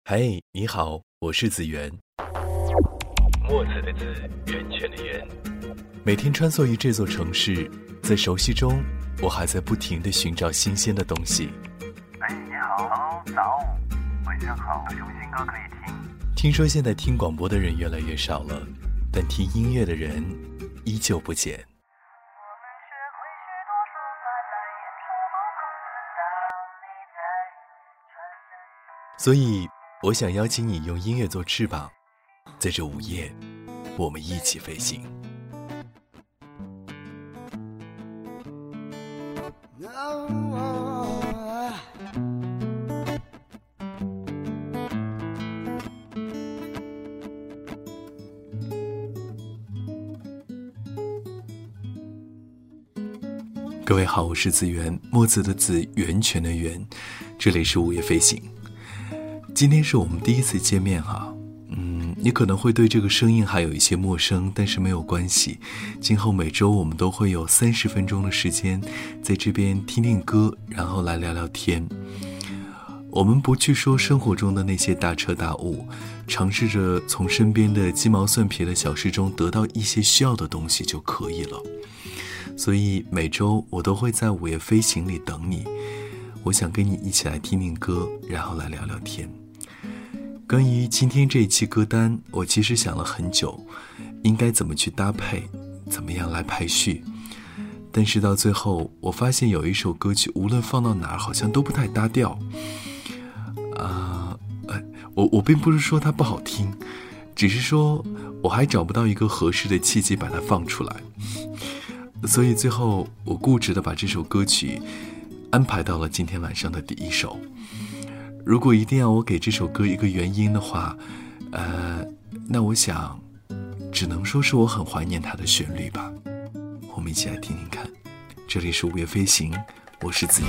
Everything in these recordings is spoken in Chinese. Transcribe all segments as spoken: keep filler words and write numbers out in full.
嘿，你好，我是子源。墨子的子，源泉的源。每天穿梭于这座城市，在熟悉中，我还在不停地寻找新鲜的东西。 哎，你好，早，晚上好，有新歌可以听。 听说现在听广播的人越来越少了，但听音乐的人依旧不减。所以我想邀请你用音乐做翅膀，在这午夜我们一起飞行。各位好，我是子源，墨子的子，源泉的源，这里是午夜飞行。今天是我们第一次见面哈，嗯，你可能会对这个声音还有一些陌生，但是没有关系。今后每周我们都会有三十分钟的时间，在这边听听歌，然后来聊聊天。我们不去说生活中的那些大彻大悟，尝试着从身边的鸡毛蒜皮的小事中得到一些需要的东西就可以了。所以每周我都会在午夜飞行里等你，我想跟你一起来听听歌，然后来聊聊天。关于今天这一期歌单，我其实想了很久，应该怎么去搭配，怎么样来排序。但是到最后，我发现有一首歌曲，无论放到哪儿，好像都不太搭调。啊、呃，我我并不是说它不好听，只是说我还找不到一个合适的契机把它放出来。所以最后，我固执地把这首歌曲安排到了今天晚上的第一首。如果一定要我给这首歌一个原因的话，呃，那我想只能说是我很怀念它的旋律吧。我们一起来听听看。这里是午夜飞行，我是子源。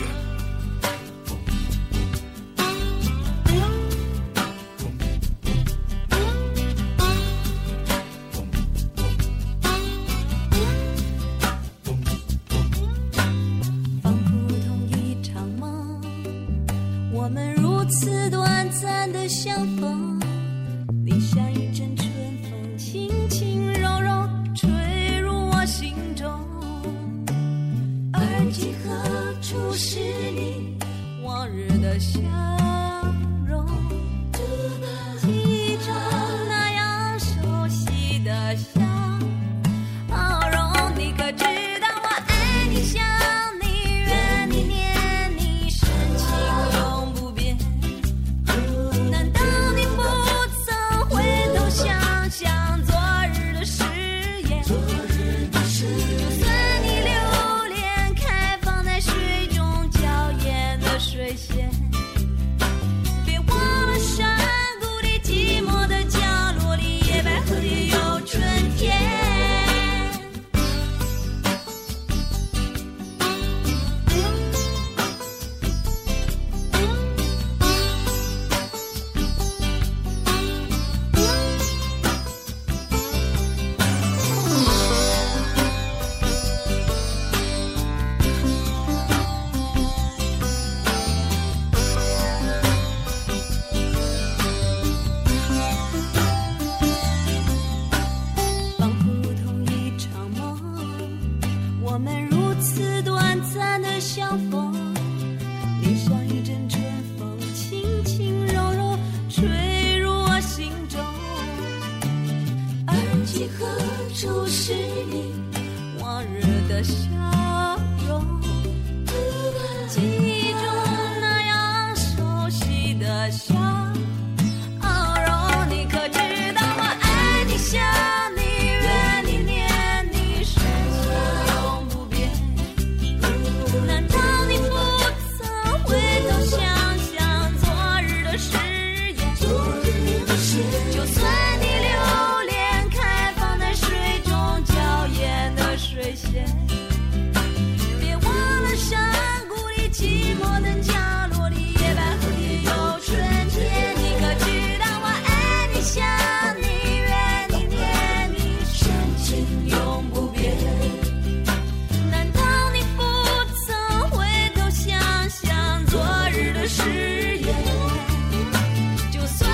誓言，就算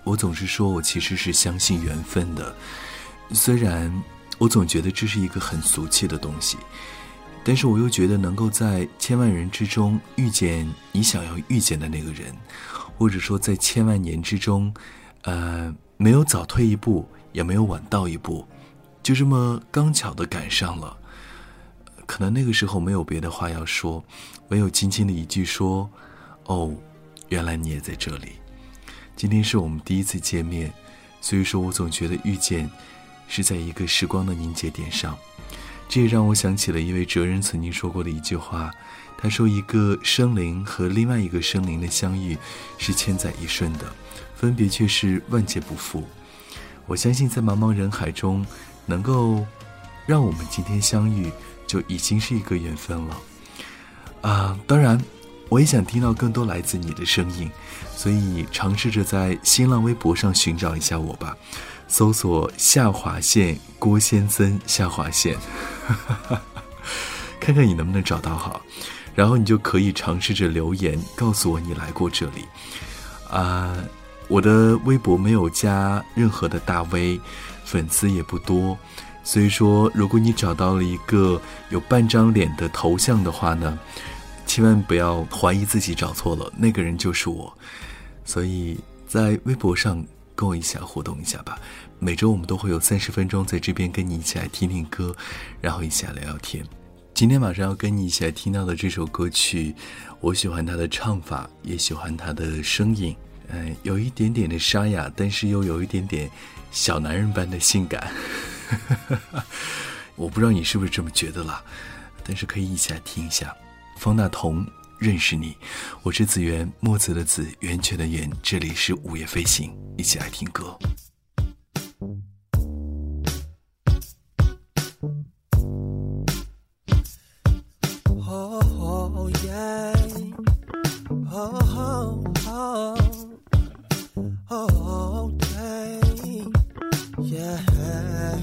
我总是说我其实是相信缘分的，虽然我总觉得这是一个很俗气的东西，但是我又觉得能够在千万人之中遇见你想要遇见的那个人，或者说在千万年之中呃，没有早退一步也没有晚到一步，就这么刚巧的赶上了。可能那个时候没有别的话要说，唯有轻轻的一句说，哦，原来你也在这里。今天是我们第一次见面，所以说我总觉得遇见是在一个时光的凝结点上。这也让我想起了一位哲人曾经说过的一句话，他说一个生灵和另外一个生灵的相遇是千载一瞬的，分别却是万劫不复。我相信在茫茫人海中能够让我们今天相遇就已经是一个缘分了啊！当然我也想听到更多来自你的声音，所以尝试着在新浪微博上寻找一下我吧，搜索下划线郭先森下划线看看你能不能找到好，然后你就可以尝试着留言告诉我你来过这里啊、呃！我的微博没有加任何的大 V， 粉丝也不多，所以说如果你找到了一个有半张脸的头像的话呢，千万不要怀疑自己找错了，那个人就是我。所以在微博上跟我一起来互动一下吧，每周我们都会有三十分钟在这边跟你一起来听听歌，然后一起来聊聊天。今天晚上要跟你一起来听到的这首歌曲，我喜欢它的唱法，也喜欢它的声音，呃，有一点点的沙哑，但是又有一点点小男人般的性感我不知道你是不是这么觉得啦，但是可以一起来听一下。方大同，认识你，我是子源，墨子的子，源泉的源，这里是午夜飞行，一起来听歌。 Oh yeah, oh oh oh yeah, yeah。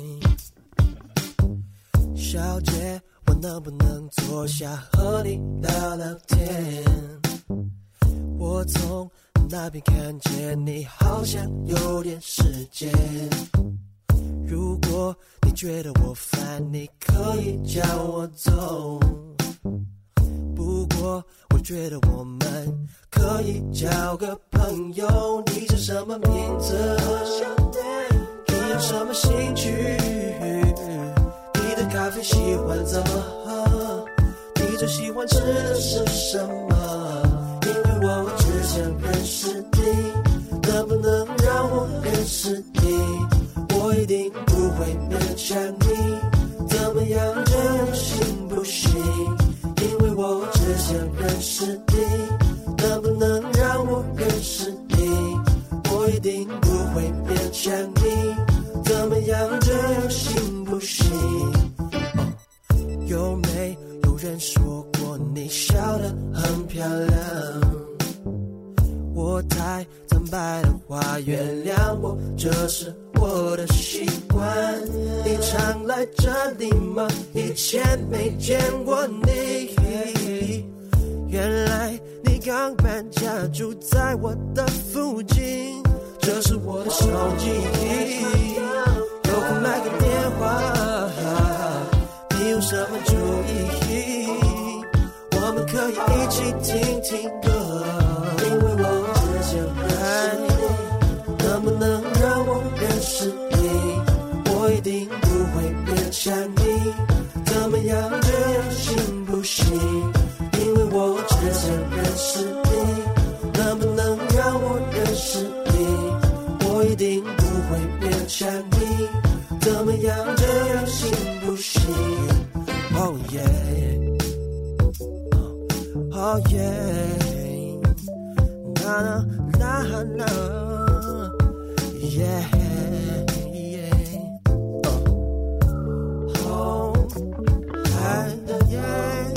小姐，我能不能坐下和你聊聊天？我从那边看见你好像有点时间，如果你觉得我烦，你可以叫我走，不过我觉得我们可以交个朋友。你叫什么名字？你有什么兴趣？你的咖啡喜欢怎么喝？你最喜欢吃的是什么？因为我只想认识你，能不能让我认识你？我一定不会勉强你，怎么样这样行不行？因为我只想认识你，能不能让我认识你？我一定不会勉强你，怎么样这样行不行？有没有人说过你笑得很漂亮？我太苍白的话原谅我，这是我的习惯。你常来这里吗？以前没见过你，原来你刚搬家住在我的附近，这是我的手机，有空来个电话，你有什么主意？我们可以一起听听歌，因为我只想爱你，能不能让我认识你？我一定不会勉强你，怎么样这样行不行？因为我只想认识你，能不能让我认识你？我一定不会勉强你，怎么样这样行不行？ Oh yeah Oh yeah Na na na na Yeah yeah Oh Oh yeah yeah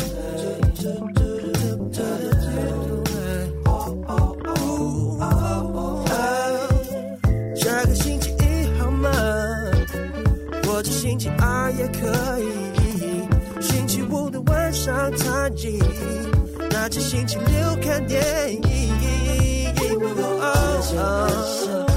这个星期一好吗？或者星期二也可以，星期五的晚上弹吉，那就星期六看电影，因为我只想认识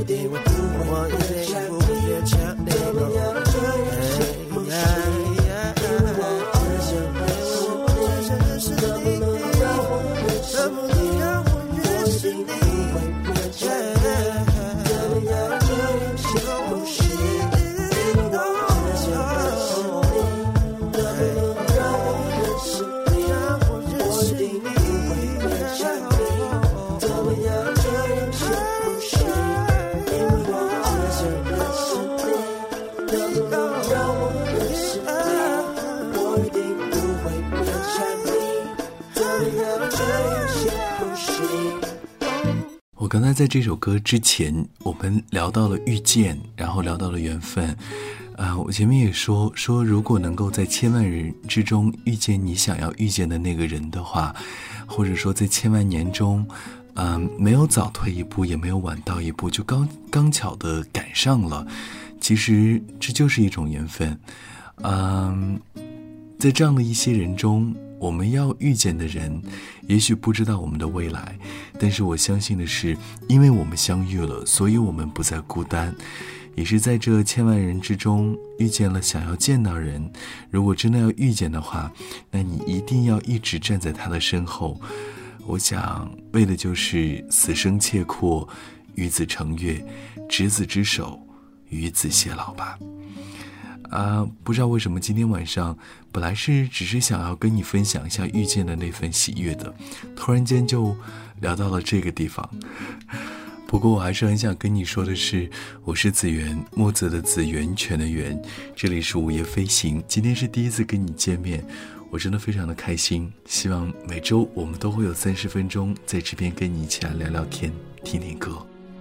一定会不会，我一定不会勉强你。怎么样这样是不是？因为我只想认识你，能不能让我认识你？我一定不会勉强你。怎么样这样是不是？因为我只想认识你，能不能让我认识你？我一定不会勉强你。怎么样这样是不是？因为我只想认识你，能不能让我认识你？我一定不会勉强你。怎么样这样是不是？ 我刚才在这首歌之前，我们聊到了遇见，然后聊到了缘分。呃，我前面也说说，如果能够在千万人之中遇见你想要遇见的那个人的话，或者说在千万年中，嗯、呃，没有早退一步，也没有晚到一步，就刚刚巧的赶上了。其实这就是一种缘分。嗯、呃，在这样的一些人中，我们要遇见的人也许不知道我们的未来，但是我相信的是，因为我们相遇了，所以我们不再孤单，也是在这千万人之中遇见了想要见到人。如果真的要遇见的话，那你一定要一直站在他的身后。我想为的就是死生契阔，与子成悦，执子之手，与子偕老吧。啊，不知道为什么今天晚上本来是只是想要跟你分享一下遇见的那份喜悦的，突然间就聊到了这个地方。不过我还是很想跟你说的是，我是子源，墨子的子，源泉的源，这里是午夜飞行。今天是第一次跟你见面，我真的非常的开心。希望每周我们都会有三十分钟在这边跟你一起来聊聊天，听听歌。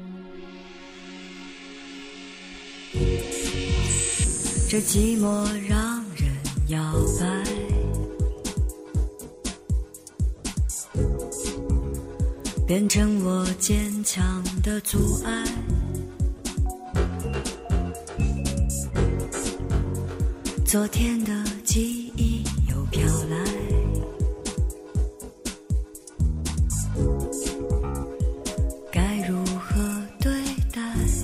这寂寞让人摇摆，变成我坚强的阻碍。昨天的记忆又飘来，该如何对待？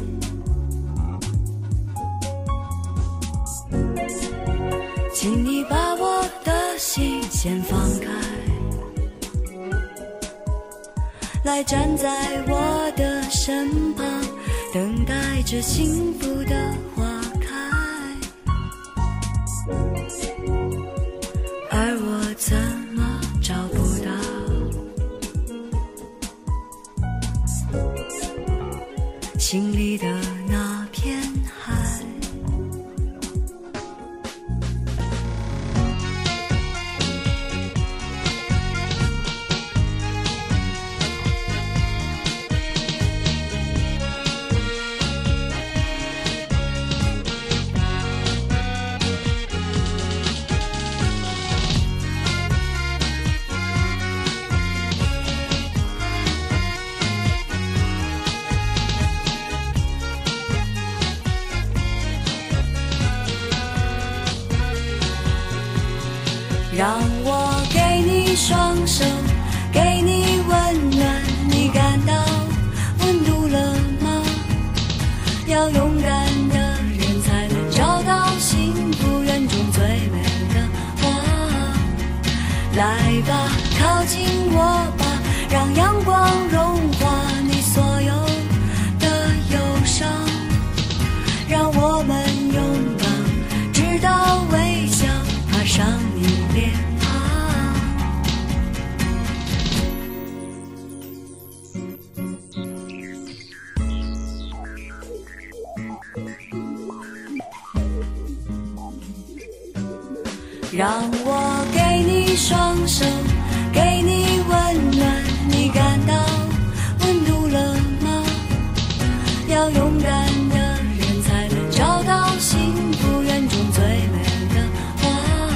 请你把我的心先放开，来站在我的身旁，等待着幸福的花开。而我怎么找不到心里的那片海？让我给你双手，给你温暖，你感到温度了吗？要勇敢的人才能找到幸福园中最美的花。来吧，靠近我吧，让阳光融化你所有的忧伤，让我们勇敢直到微笑爬上你脸庞。让我给你双手，给你温暖，你感到温度了吗？要勇敢的人才能找到幸福园中最美的花。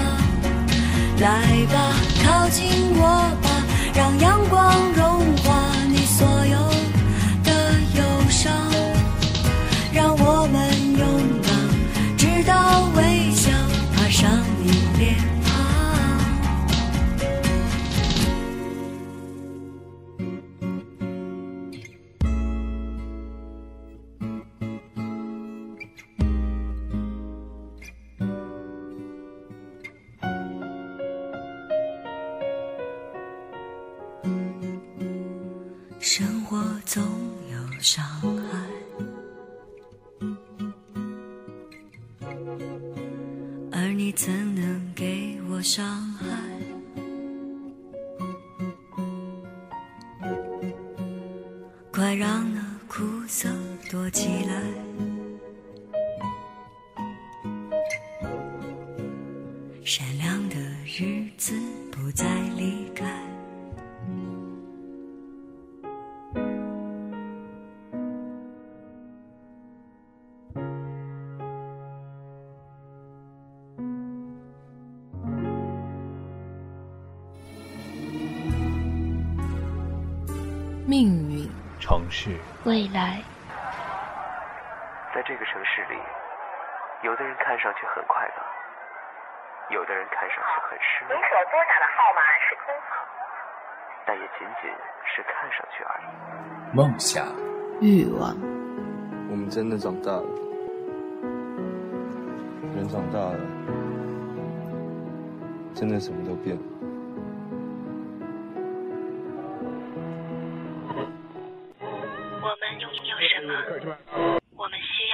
来吧，靠近我吧，让阳光融化你所有的忧伤，让我们勇敢直到微笑爬上你脸庞。 活总有伤害，而你怎能给我伤害？快让那苦涩躲起来，善良的日子不再离开。 命运， 城市， 未来。 在这个城市里，有的人看上去很快乐，有的人看上去很失落。 您所拨打的号码是空号， 但也仅仅是看上去而已。 梦想， 欲望。 我们真的长大了，人长大了，真的什么都变了。 我们拥有什么？我们需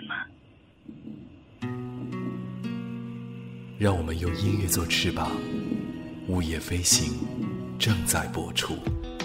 要什么？ 让我们用音乐做翅膀，午夜飞行正在播出。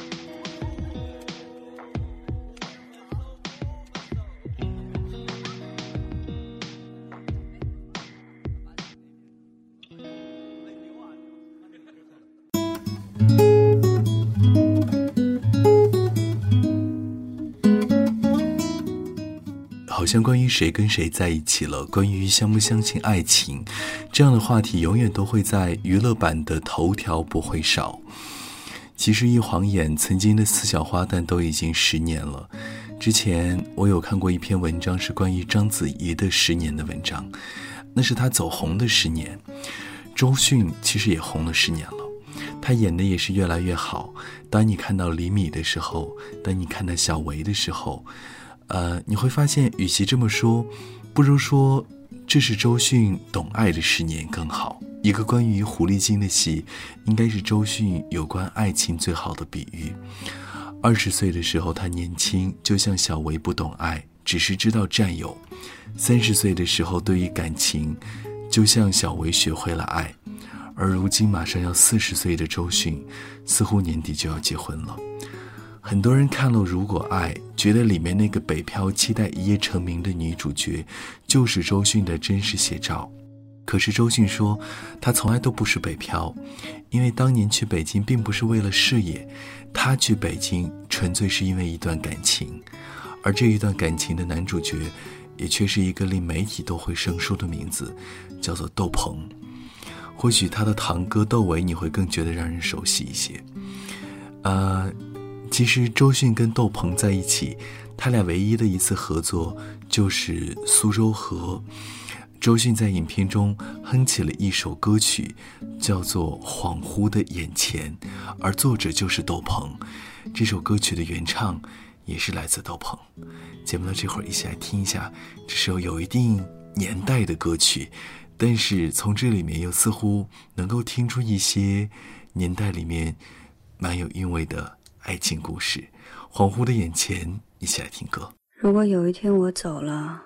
好像关于谁跟谁在一起了，关于相不相信爱情，这样的话题永远都会在娱乐版的头条不会少。其实一晃眼，曾经的四小花旦都已经十年了。之前我有看过一篇文章，是关于章子怡的十年的文章，那是她走红的十年。周迅其实也红了十年了，她演的也是越来越好。当你看到李米的时候，当你看到小维的时候，呃，你会发现与其这么说，不如说这是周迅懂爱的十年更好。一个关于狐狸精的戏，应该是周迅有关爱情最好的比喻。二十岁的时候她年轻，就像小维不懂爱，只是知道占有。三十岁的时候对于感情，就像小维学会了爱。而如今马上要四十岁的周迅，似乎年底就要结婚了。很多人看了《如果爱》，觉得里面那个北漂期待一夜成名的女主角就是周迅的真实写照。可是周迅说，她从来都不是北漂，因为当年去北京并不是为了事业，她去北京纯粹是因为一段感情。而这一段感情的男主角也却是一个令媒体都会生疏的名字，叫做窦鹏。或许他的堂哥窦唯你会更觉得让人熟悉一些。呃其实周迅跟窦鹏在一起，他俩唯一的一次合作就是苏州河。周迅在影片中哼起了一首歌曲，叫做《恍惚的眼前》，而作者就是窦鹏。这首歌曲的原唱也是来自窦鹏。节目到这会儿一起来听一下这首有一定年代的歌曲，但是从这里面又似乎能够听出一些年代里面蛮有韵味的爱情故事。恍惚的眼前，一起来听歌。 如果有一天我走了，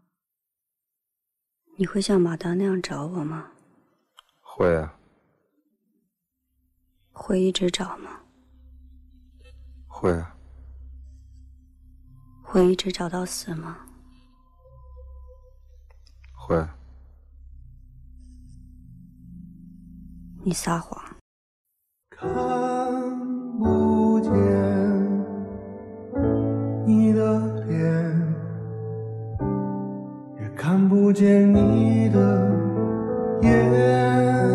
你会像马达那样找我吗？ 会啊。 会一直找吗？ 会啊。 会一直找到死吗？ 会啊。 你撒谎。 看不见你的脸，也看不见你的眼，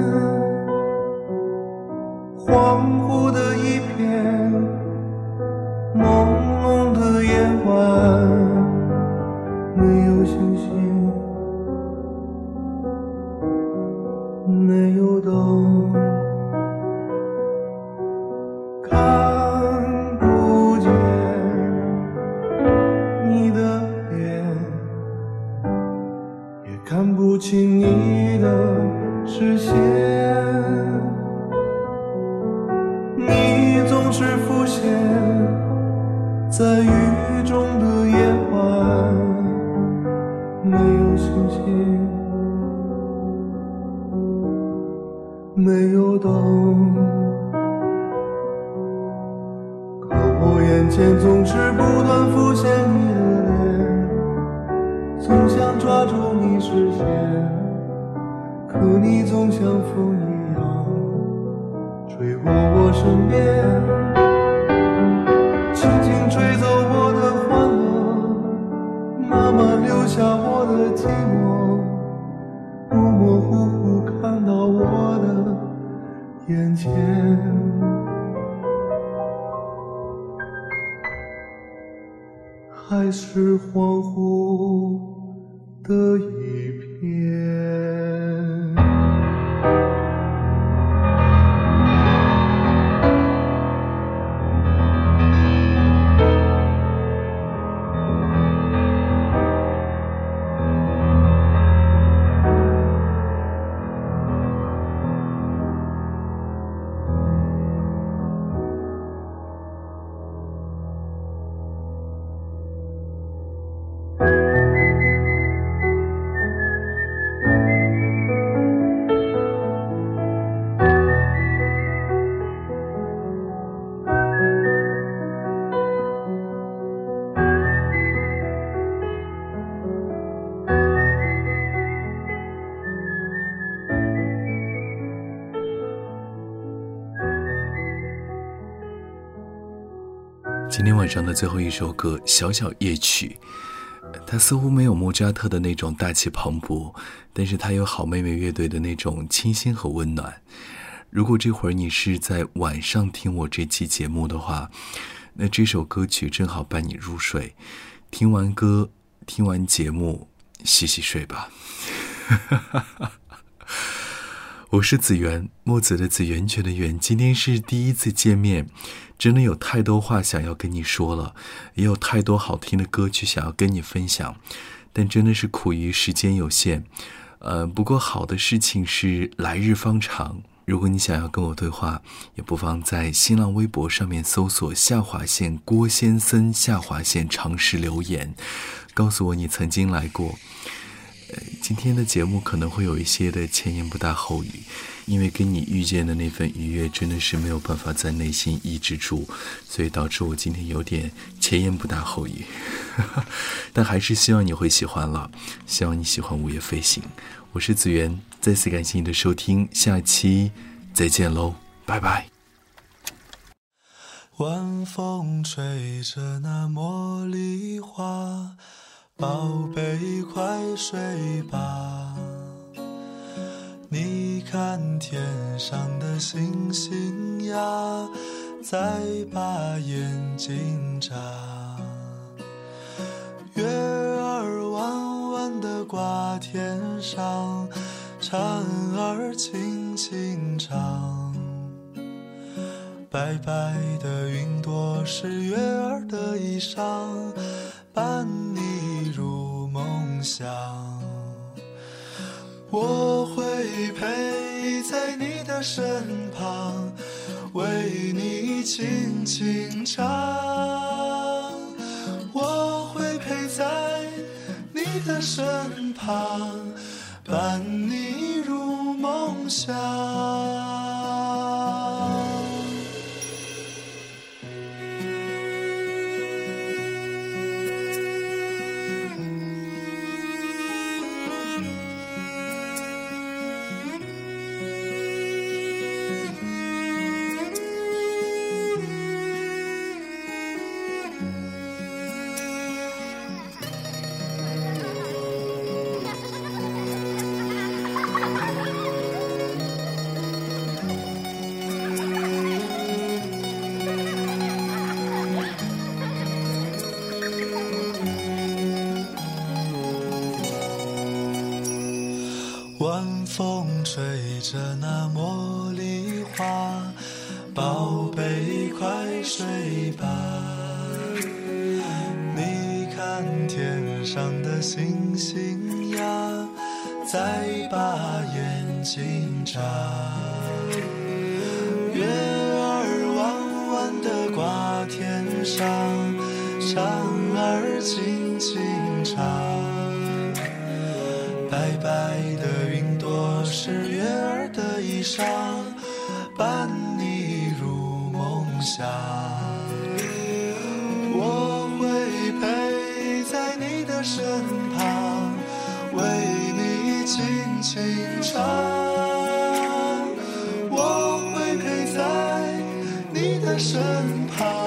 恍惚的一片，朦胧的夜晚，没有星星，没有灯，看不见你的脸，也看不清你的视线，你总是浮现在雨中的夜晚，没有星星，没有灯，可我眼前总是不断浮现你的脸，总想抓住你视线，可你总像风一样吹过我身边，轻轻吹走我的欢乐，慢慢留下我的寂寞，模模糊糊看到我的眼前，还是恍惚的一片。 今天晚上的最后一首歌《小小夜曲》，它似乎没有莫扎特的那种大气磅礴，但是它有好妹妹乐队的那种清新和温暖。如果这会儿你是在晚上听我这期节目的话，那这首歌曲正好伴你入睡。听完歌，听完节目，洗洗睡吧。我是子源，墨子的子，源泉的源。今天是第一次见面，真的有太多话想要跟你说了，也有太多好听的歌曲想要跟你分享，但真的是苦于时间有限。呃，不过好的事情是来日方长。如果你想要跟我对话，也不妨在新浪微博上面搜索下划线郭先森下划线尝试留言，告诉我你曾经来过。呃，今天的节目可能会有一些的前言不搭后语，因为跟你遇见的那份愉悦真的是没有办法在内心抑制住，所以导致我今天有点前言不搭后语。但还是希望你会喜欢了，希望你喜欢午夜飞行。我是子源，再次感谢你的收听，下期再见喽，拜拜。 晚风吹着那茉莉花，宝贝快睡吧，你看天上的星星呀，再把眼睛眨，月儿弯弯地挂天上，蝉儿轻轻唱，白白的云朵是月儿的衣裳，伴你入梦乡。我会陪在你的身旁，为你轻轻唱。我会陪在你的身旁，伴你入梦乡。晚风吹着那茉莉花，宝贝快睡吧，你看天上的星星呀，再把眼睛眨，月儿弯弯地挂天上， 蝉儿轻轻唱，白白的云朵是月儿的衣裳，伴你入梦乡。我会陪在你的身旁，为你轻轻唱。我会陪在你的身旁，